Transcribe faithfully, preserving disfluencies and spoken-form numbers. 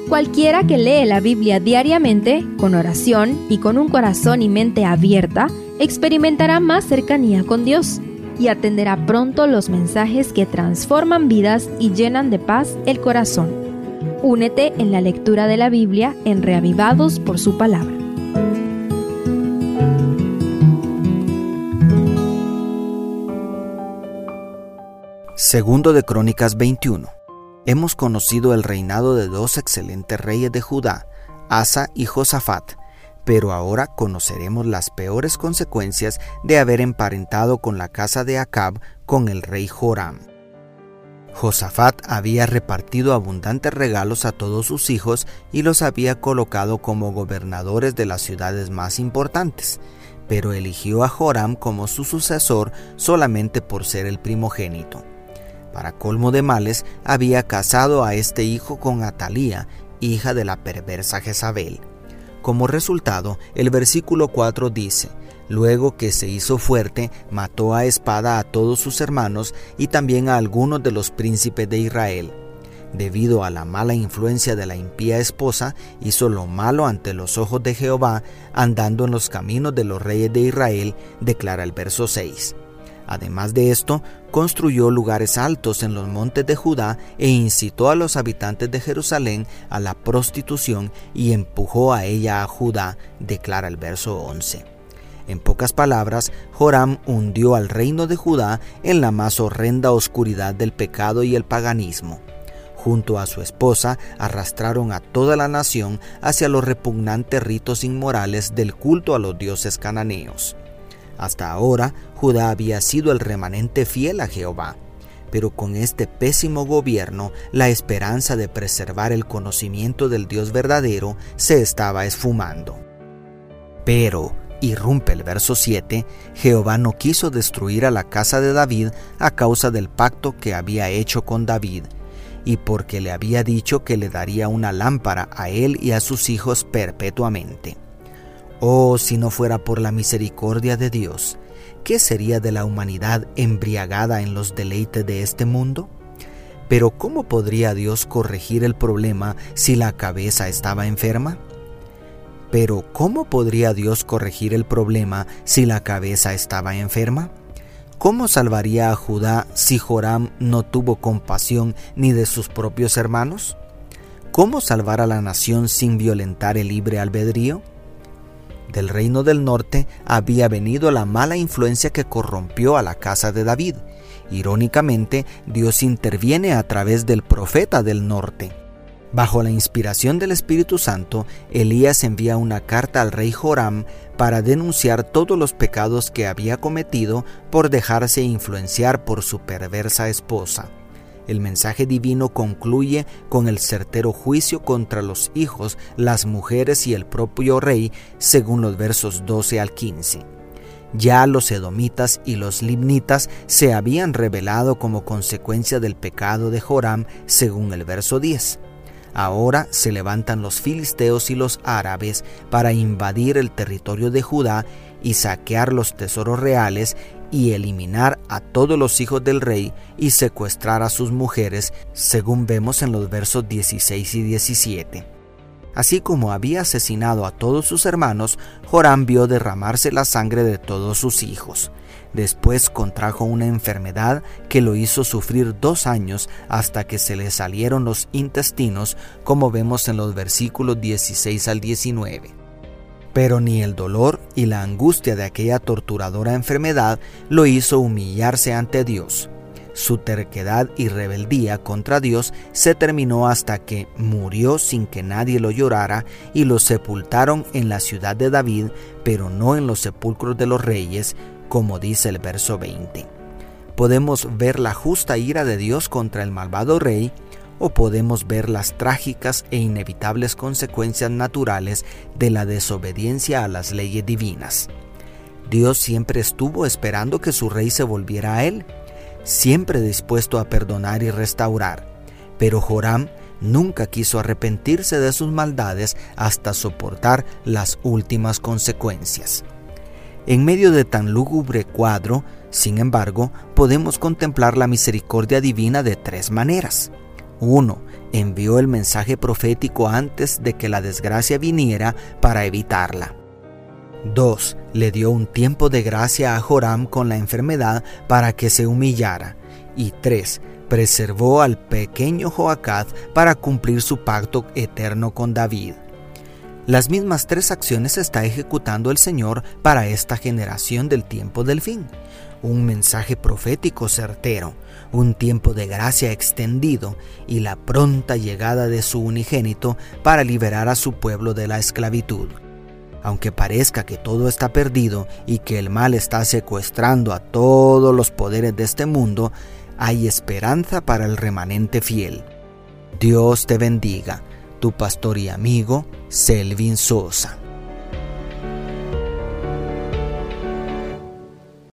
Cualquiera que lee la Biblia diariamente, con oración y con un corazón y mente abierta, experimentará más cercanía con Dios y atenderá pronto los mensajes que transforman vidas y llenan de paz el corazón. Únete en la lectura de la Biblia en Reavivados por su palabra. Segundo de Crónicas veintiuno. Hemos conocido el reinado de dos excelentes reyes de Judá, Asa y Josafat, pero ahora conoceremos las peores consecuencias de haber emparentado con la casa de Acab con el rey Joram. Josafat había repartido abundantes regalos a todos sus hijos y los había colocado como gobernadores de las ciudades más importantes, pero eligió a Joram como su sucesor solamente por ser el primogénito. Para colmo de males, había casado a este hijo con Atalía, hija de la perversa Jezabel. Como resultado, el versículo cuatro dice: luego que se hizo fuerte, mató a espada a todos sus hermanos y también a algunos de los príncipes de Israel. Debido a la mala influencia de la impía esposa, hizo lo malo ante los ojos de Jehová, andando en los caminos de los reyes de Israel, declara el verso seis. Además de esto, construyó lugares altos en los montes de Judá e incitó a los habitantes de Jerusalén a la prostitución y empujó a ella a Judá, declara el verso once. En pocas palabras, Joram hundió al reino de Judá en la más horrenda oscuridad del pecado y el paganismo. Junto a su esposa, arrastraron a toda la nación hacia los repugnantes ritos inmorales del culto a los dioses cananeos. Hasta ahora, Judá había sido el remanente fiel a Jehová, pero con este pésimo gobierno, la esperanza de preservar el conocimiento del Dios verdadero se estaba esfumando. Pero, irrumpe el verso siete, Jehová no quiso destruir a la casa de David a causa del pacto que había hecho con David, y porque le había dicho que le daría una lámpara a él y a sus hijos perpetuamente. Oh, si no fuera por la misericordia de Dios, ¿qué sería de la humanidad embriagada en los deleites de este mundo? Pero ¿cómo podría Dios corregir el problema si la cabeza estaba enferma? Pero ¿cómo podría Dios corregir el problema si la cabeza estaba enferma? ¿Cómo salvaría a Judá si Joram no tuvo compasión ni de sus propios hermanos? ¿Cómo salvar a la nación sin violentar el libre albedrío? Del reino del norte había venido la mala influencia que corrompió a la casa de David. Irónicamente, Dios interviene a través del profeta del norte. Bajo la inspiración del Espíritu Santo, Elías envía una carta al rey Joram para denunciar todos los pecados que había cometido por dejarse influenciar por su perversa esposa. El mensaje divino concluye con el certero juicio contra los hijos, las mujeres y el propio rey, según los versos doce al quince. Ya los edomitas y los libnitas se habían rebelado como consecuencia del pecado de Joram, según el verso diez. Ahora se levantan los filisteos y los árabes para invadir el territorio de Judá y saquear los tesoros reales y eliminar a todos los hijos del rey y secuestrar a sus mujeres, según vemos en los versos dieciséis y diecisiete. Así como había asesinado a todos sus hermanos, Joram vio derramarse la sangre de todos sus hijos. Después contrajo una enfermedad que lo hizo sufrir dos años hasta que se le salieron los intestinos, como vemos en los versículos dieciséis al diecinueve. Pero ni el dolor y la angustia de aquella torturadora enfermedad lo hizo humillarse ante Dios. Su terquedad y rebeldía contra Dios se terminó hasta que murió sin que nadie lo llorara y lo sepultaron en la ciudad de David, pero no en los sepulcros de los reyes, como dice el verso veinte. Podemos ver la justa ira de Dios contra el malvado rey, o podemos ver las trágicas e inevitables consecuencias naturales de la desobediencia a las leyes divinas. Dios siempre estuvo esperando que su rey se volviera a él, siempre dispuesto a perdonar y restaurar, pero Joram nunca quiso arrepentirse de sus maldades hasta soportar las últimas consecuencias. En medio de tan lúgubre cuadro, sin embargo, podemos contemplar la misericordia divina de tres maneras. uno. Envió el mensaje profético antes de que la desgracia viniera para evitarla. dos. Le dio un tiempo de gracia a Joram con la enfermedad para que se humillara. Y tres. Preservó al pequeño Joacaz para cumplir su pacto eterno con David. Las mismas tres acciones está ejecutando el Señor para esta generación del tiempo del fin. Un mensaje profético certero, un tiempo de gracia extendido y la pronta llegada de su unigénito para liberar a su pueblo de la esclavitud. Aunque parezca que todo está perdido y que el mal está secuestrando a todos los poderes de este mundo, hay esperanza para el remanente fiel. Dios te bendiga, tu pastor y amigo, Selvin Sosa.